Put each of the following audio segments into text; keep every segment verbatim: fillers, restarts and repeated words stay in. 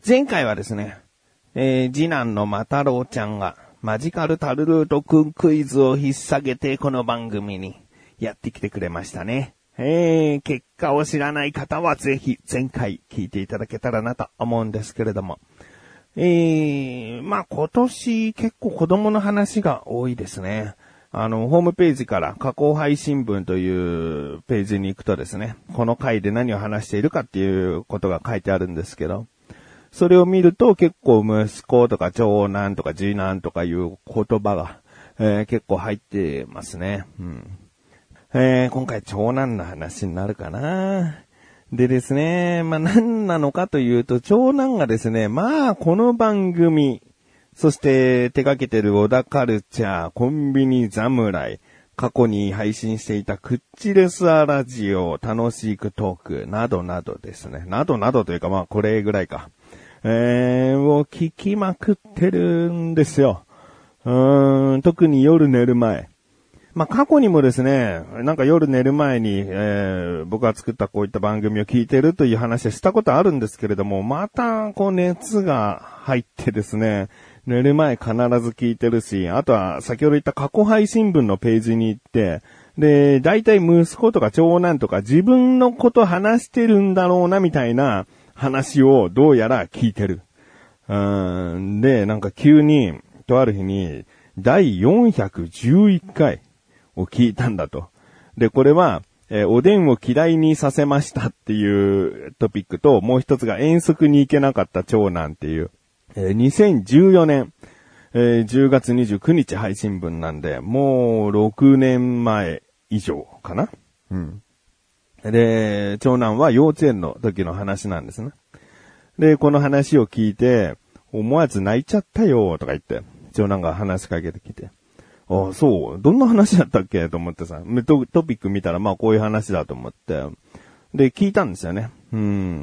前回はですね、えー、次男のマタロウちゃんがマジカルタルルートくんクイズを引っ提げてこの番組にやってきてくれましたね。えー、結果を知らない方はぜひ前回聞いていただけたらなと思うんですけれども。えー、まあ今年結構子供の話が多いですね。あの、ホームページから加工配信文というページに行くとですね、この回で何を話しているかっていうことが書いてあるんですけど、それを見ると結構息子とか長男とか次男とかいう言葉が、えー、結構入ってますね。うん。えー、今回長男の話になるかな。でですね、まあ何なのかというと、長男がですね、まあこの番組、そして手掛けてる小田カルチャー、コンビニ侍、過去に配信していたクッチレスアラジオ、楽しくトーク、などなどですね。などなどというかまあこれぐらいか。えー、を聞きまくってるんですよ。うーん、特に夜寝る前。まあ、過去にもですね、なんか夜寝る前に、えー、僕が作ったこういった番組を聞いてるという話はしたことあるんですけれども、またこう熱が入ってですね、寝る前必ず聞いてるし、あとは先ほど言った過去配信文のページに行って、で、大体息子とか長男とか自分のこと話してるんだろうなみたいな話をどうやら聞いてる。うーんで、なんか急に、とある日に、だいよんひゃくじゅういっかいを聞いたんだと。で、これは、えー、おでんを嫌いにさせましたっていうトピックと、もう一つが遠足に行けなかった長男っていう、えー、にせんじゅうよねん、えー、じゅうがつにじゅうくにち配信分なんで、もうろくねんまえ以上かな。うん。で、長男は幼稚園の時の話なんですね。で、この話を聞いて、思わず泣いちゃったよとか言って、長男が話しかけてきて、ああ、そう、どんな話だったっけと思ってさ、ト, トピック見たらまあこういう話だと思って、で、聞いたんですよね。うん、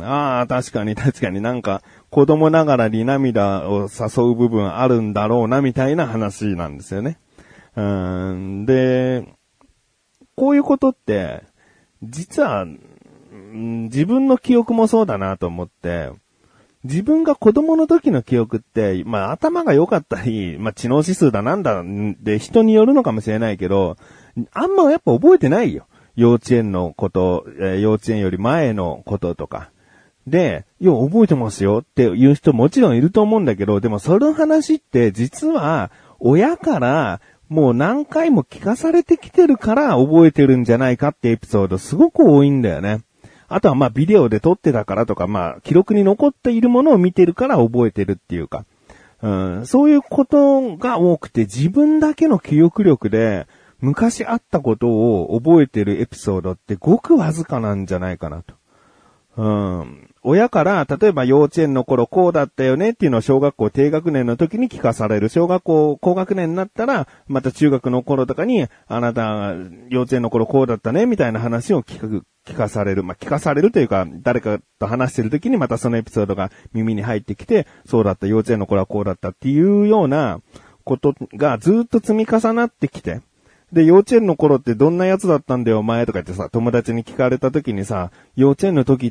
ああ、確かに確かになんか子供ながらに涙を誘う部分あるんだろうなみたいな話なんですよね。うん、で、こういうことって、実は、自分の記憶もそうだなと思って、自分が子供の時の記憶って、まあ頭が良かったり、まあ知能指数だなんだで人によるのかもしれないけど、あんまやっぱ覚えてないよ。幼稚園のこと、えー、幼稚園より前のこととか。で、いや覚えてますよっていう人もちろんいると思うんだけど、でもその話って実は親からもう何回も聞かされてきてるから覚えてるんじゃないかってエピソードすごく多いんだよね。あとはまあビデオで撮ってたからとか、まあ記録に残っているものを見てるから覚えてるっていうか、うん、そういうことが多くて自分だけの記憶力で昔あったことを覚えてるエピソードってごくわずかなんじゃないかなと。うん、親から、例えば幼稚園の頃こうだったよねっていうのを小学校低学年の時に聞かされる。小学校高学年になったら、また中学の頃とかに、あなた幼稚園の頃こうだったねみたいな話を聞く、聞かされる。まあ、聞かされるというか、誰かと話してる時にまたそのエピソードが耳に入ってきて、そうだった、幼稚園の頃はこうだったっていうようなことがずっと積み重なってきて、で、幼稚園の頃ってどんなやつだったんだよ、お前とか言ってさ、友達に聞かれた時にさ、幼稚園の時って、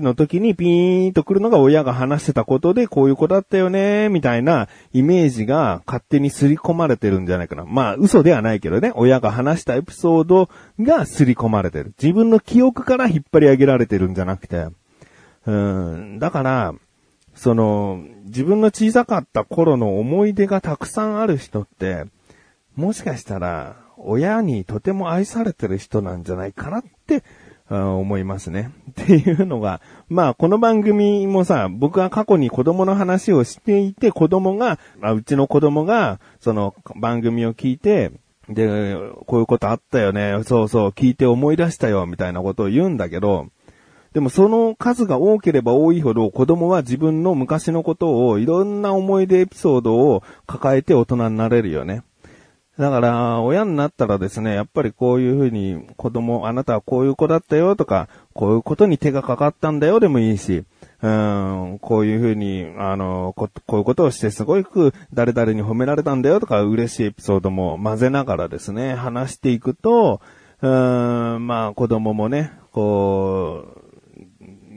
の時にピーンと来るのが親が話してたことで、こういう子だったよね、みたいなイメージが勝手に刷り込まれてるんじゃないかな。まあ、嘘ではないけどね、親が話したエピソードが刷り込まれてる。自分の記憶から引っ張り上げられてるんじゃなくて、うーん、だから、その、自分の小さかった頃の思い出がたくさんある人って、もしかしたら、親にとても愛されてる人なんじゃないかなって思いますね。っていうのが、まあこの番組もさ、僕は過去に子供の話をしていて、子供が、まあ、うちの子供がその番組を聞いて、で、こういうことあったよね、そうそう、聞いて思い出したよ、みたいなことを言うんだけど、でもその数が多ければ多いほど子供は自分の昔のことをいろんな思い出エピソードを抱えて大人になれるよね。だから、親になったらですね、やっぱりこういうふうに子供、あなたはこういう子だったよとか、こういうことに手がかかったんだよでもいいし、うーん、こういうふうに、あのこ、こういうことをしてすごく誰々に褒められたんだよとか、嬉しいエピソードも混ぜながらですね、話していくと、うーん、まあ子供もね、こう、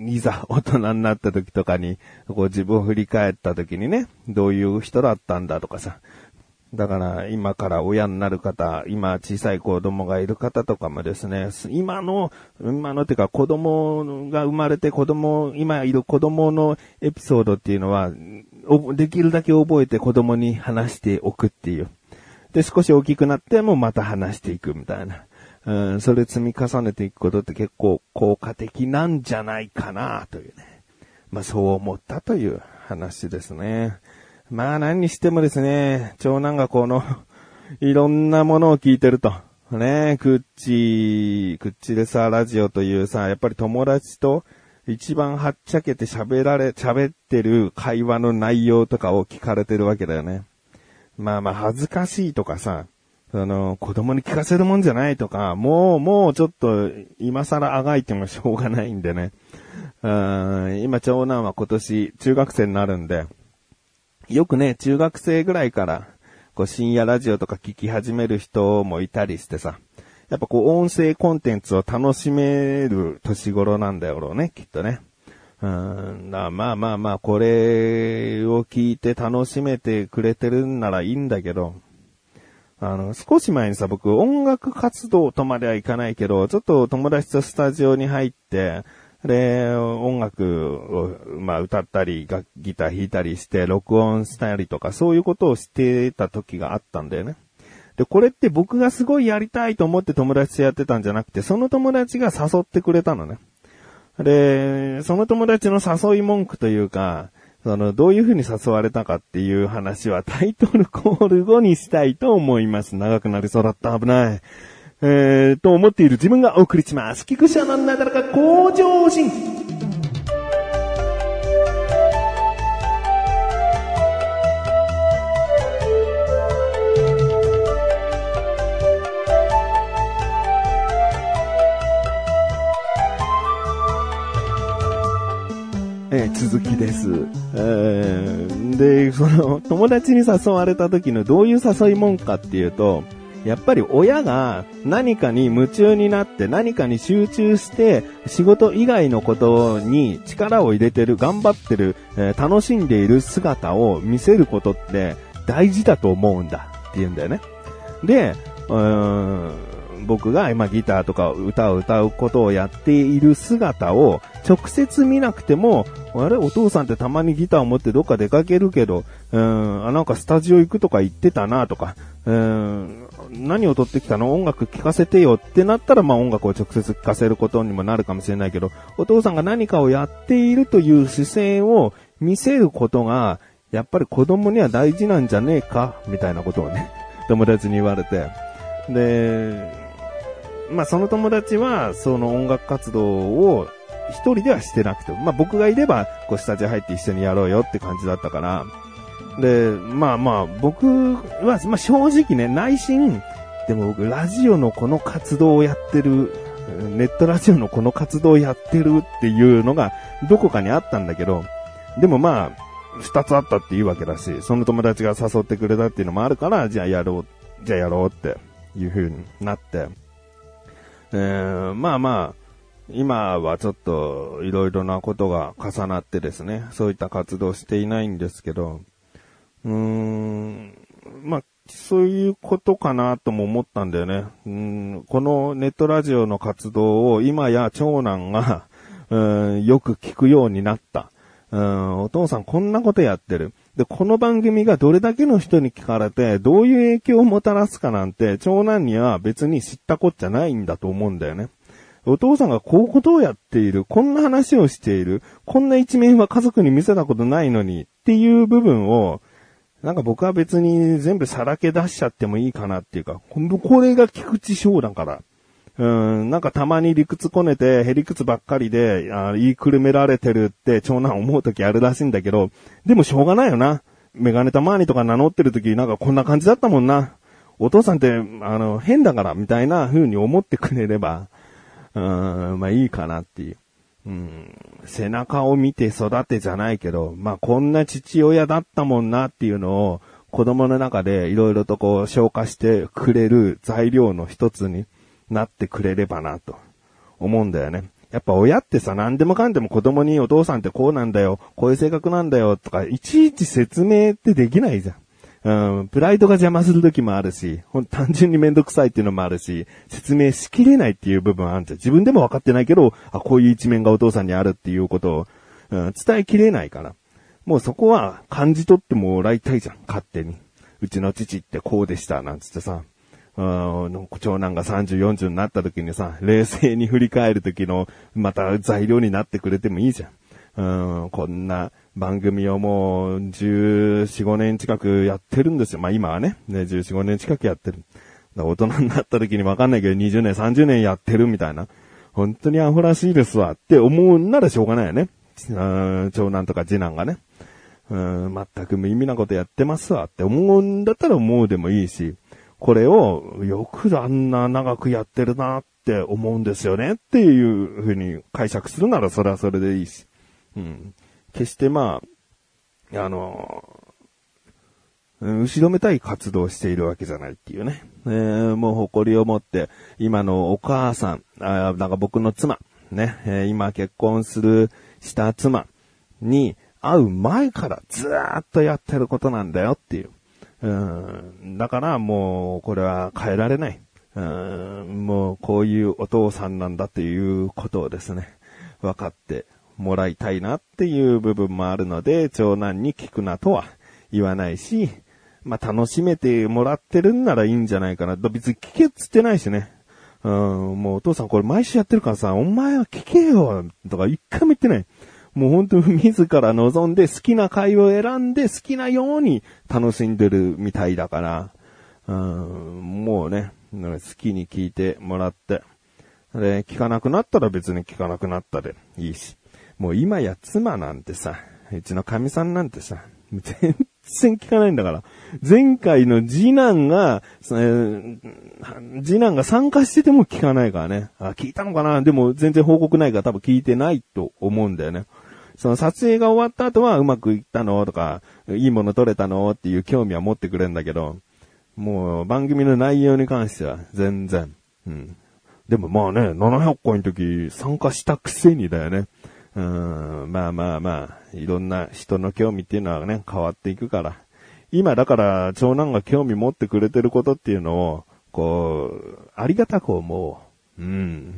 いざ大人になった時とかに、こう自分を振り返った時にね、どういう人だったんだとかさ。だから今から親になる方、今小さい子供がいる方とかもですね、今の、今のっていうか子供が生まれて子供、今いる子供のエピソードっていうのは、できるだけ覚えて子供に話しておくっていう。で、少し大きくなってもまた話していくみたいな。うん、それ積み重ねていくことって結構効果的なんじゃないかなというね。まあそう思ったという話ですね。まあ何にしてもですね、長男がこのいろんなものを聞いてると。ね、クッチ、クッチレサーラジオというさ、やっぱり友達と一番はっちゃけて喋られ、喋ってる会話の内容とかを聞かれてるわけだよね。まあまあ恥ずかしいとかさ、あの、子供に聞かせるもんじゃないとか、もう、もうちょっと今更あがいてもしょうがないんでね。うん、今長男は今年中学生になるんで、よくね、中学生ぐらいから、こう深夜ラジオとか聞き始める人もいたりしてさ、やっぱこう音声コンテンツを楽しめる年頃なんだろうね、きっとね。うん、まあまあまあ、これを聞いて楽しめてくれてるんならいいんだけど、あの、少し前にさ、僕音楽活動とまではいかないけど、ちょっと友達とスタジオに入って、で、音楽を、まあ、歌ったり、ギター弾いたりして、録音したりとか、そういうことをしてた時があったんだよね。で、これって僕がすごいやりたいと思って友達とやってたんじゃなくて、その友達が誘ってくれたのね。で、その友達の誘い文句というか、その、どういう風に誘われたかっていう話はタイトルコール後にしたいと思います。長くなりそうだった。危ない。えー、と思っている自分がお送りします。菊池のなだらか向上心。えー、続きです。えー、で、その、友達に誘われた時のどういう誘い文句かっていうと、やっぱり親が何かに夢中になって何かに集中して仕事以外のことに力を入れてる、頑張ってる、えー、楽しんでいる姿を見せることって大事だと思うんだって言うんだよね。で、うーん、僕が今ギターとか歌を歌うことをやっている姿を直接見なくても、あれお父さんってたまにギターを持ってどっか出かけるけど、うーん、あ、なんかスタジオ行くとか言ってたなとか、うーん、何を撮ってきたの？音楽聴かせてよってなったら、まあ音楽を直接聴かせることにもなるかもしれないけど、お父さんが何かをやっているという姿勢を見せることが、やっぱり子供には大事なんじゃねえかみたいなことをね、友達に言われて。で、まあその友達は、その音楽活動を一人ではしてなくて、まあ僕がいれば、こうスタジオ入って一緒にやろうよって感じだったから、で、まあまあ、僕は、まあ正直ね、内心、でも僕、ラジオのこの活動をやってる、ネットラジオのこの活動をやってるっていうのが、どこかにあったんだけど、でもまあ、二つあったっていうわけだし、その友達が誘ってくれたっていうのもあるから、じゃあやろう、じゃあやろうっていう風になって、えー、まあまあ、今はちょっといろいろなことが重なってですね、そういった活動していないんですけど、うーん、まあ、そういうことかなとも思ったんだよね。うーん、このネットラジオの活動を今や長男が、うーん、よく聞くようになった。うーん、お父さんこんなことやってる。で、この番組がどれだけの人に聞かれて、どういう影響をもたらすかなんて、長男には別に知ったこっちゃないんだと思うんだよね。お父さんがこういうことをやっている、こんな話をしている、こんな一面は家族に見せたことないのにっていう部分を、なんか僕は別に全部さらけ出しちゃってもいいかなっていうか、これが菊池翔だから。うん、なんかたまに理屈こねて、へりくつばっかりで、あ言いくるめられてるって長男思うときあるらしいんだけど、でもしょうがないよな。メガネたまーにとか名乗ってるときなんかこんな感じだったもんな。お父さんって、あの、変だからみたいな風に思ってくれれば、うん、まあいいかなっていう。うん、背中を見て育てじゃないけど、まあこんな父親だったもんなっていうのを子供の中でいろいろとこう消化してくれる材料の一つになってくれればなと思うんだよね。 やっぱ親ってさ、何でもかんでも子供にお父さんってこうなんだよ、こういう性格なんだよとか、いちいち説明ってできないじゃん。うん、プライドが邪魔する時もあるし、ほん単純にめんどくさいっていうのもあるし、説明しきれないっていう部分あるじゃん。自分でも分かってないけど、あ、こういう一面がお父さんにあるっていうことを、うん、伝えきれないから。もうそこは感じ取ってもらいたいじゃん、勝手に。うちの父ってこうでした、なんつってさ。うん、長男がさんじゅう、よんじゅうになった時にさ、冷静に振り返る時の、また材料になってくれてもいいじゃん。うん、こんな番組をもうじゅうよん、ごねん近くやってるんですよ。まあ今はね、ねじゅうよん、ごねん近くやってる。大人になった時にわかんないけどにじゅうねん、さんじゅうねんやってるみたいな。本当にアホらしいですわって思うんならしょうがないよね。長男とか次男がね。うん全く無意味なことやってますわって思うんだったら思うでもいいし、これをよくあんな長くやってるなって思うんですよねっていう風に解釈するならそれはそれでいいし。うん。決してまあ、あの、後ろめたい活動をしているわけじゃないっていうね。えー、もう誇りを持って、今のお母さん、あなんか僕の妻、ね、えー、今結婚するした妻に会う前からずーっとやってることなんだよっていう。うん、だからもうこれは変えられない。うん、もうこういうお父さんなんだということをですね、分かってもらいたいなっていう部分もあるので、長男に聞くなとは言わないし、まあ、楽しめてもらってるんならいいんじゃないかな。別に聞けっつってないしね。うん、もうお父さんこれ毎週やってるからさ、お前は聞けよとか一回も言ってない。もう本当に自ら望んで好きな回を選んで好きなように楽しんでるみたいだから、うん、もうね、好きに聞いてもらって、で、聞かなくなったら別に聞かなくなったでいいし。もう今や妻なんてさ、うちの神さんなんてさ、全然聞かないんだから。前回の次男が、えー、次男が参加してても聞かないからね。あ、聞いたのかな？でも全然報告ないから多分聞いてないと思うんだよね。その撮影が終わった後はうまくいったのとか、いいもの撮れたのっていう興味は持ってくれるんだけど、もう番組の内容に関しては全然。うん。でもまあね、ななひゃっかいの時参加したくせにだよね。うん、まあまあまあ、いろんな人の興味っていうのはね、変わっていくから。今だから長男が興味持ってくれてることっていうのを、こう、ありがたく思う。うん。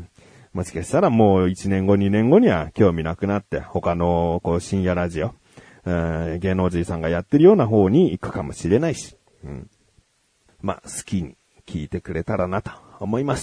もしかしたらもういちねんご、にねんごには興味なくなって、他のこう深夜ラジオ、うん、芸能人さんがやってるような方に行くかもしれないし。うん。まあ、好きに聞いてくれたらなと思います。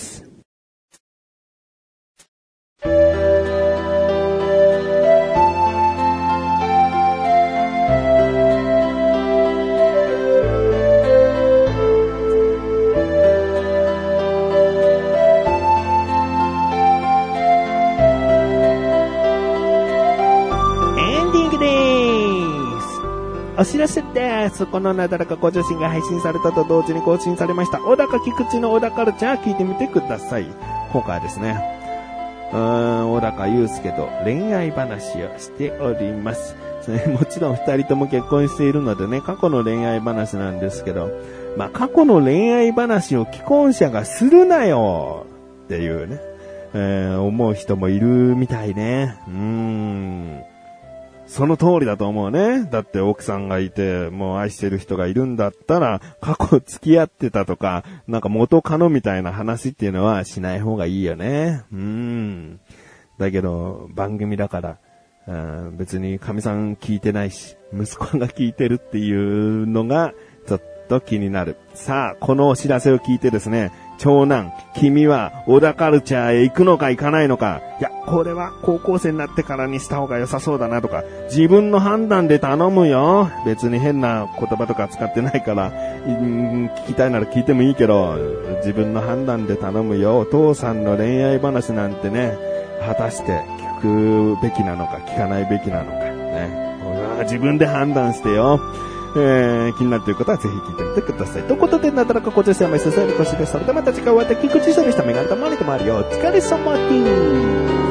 お知らせです。このなだらか向上心が配信されたと同時に更新されました小高菊池の小高カルチャー聞いてみてください。今回はですね、うーん、小高祐介と恋愛話をしております。もちろん二人とも結婚しているのでね、過去の恋愛話なんですけど、まあ過去の恋愛話を既婚者がするなよっていうね、えー、思う人もいるみたいね。うーん。その通りだと思うね。だって奥さんがいて、もう愛してる人がいるんだったら、過去付き合ってたとか、なんか元カノみたいな話っていうのはしない方がいいよね。うーん。だけど、番組だから、うん、別に神さん聞いてないし、息子が聞いてるっていうのが、ちょっと気になる。さあ、このお知らせを聞いてですね、長男、君は小田カルチャーへ行くのか行かないのか、いや、これは高校生になってからにした方が良さそうだなとか、自分の判断で頼むよ。別に変な言葉とか使ってないから、聞きたいなら聞いてもいいけど、自分の判断で頼むよ。お父さんの恋愛話なんてね、果たして聞くべきなのか聞かないべきなのか、ね。自分で判断してよ。えー、気になっている方はぜひ聞いてみてください。ということで、なだらかご女性はメッセージをご視聴です。それではまた次回お会いできる口でした。メガネとマリともあるよ。お疲れ様です。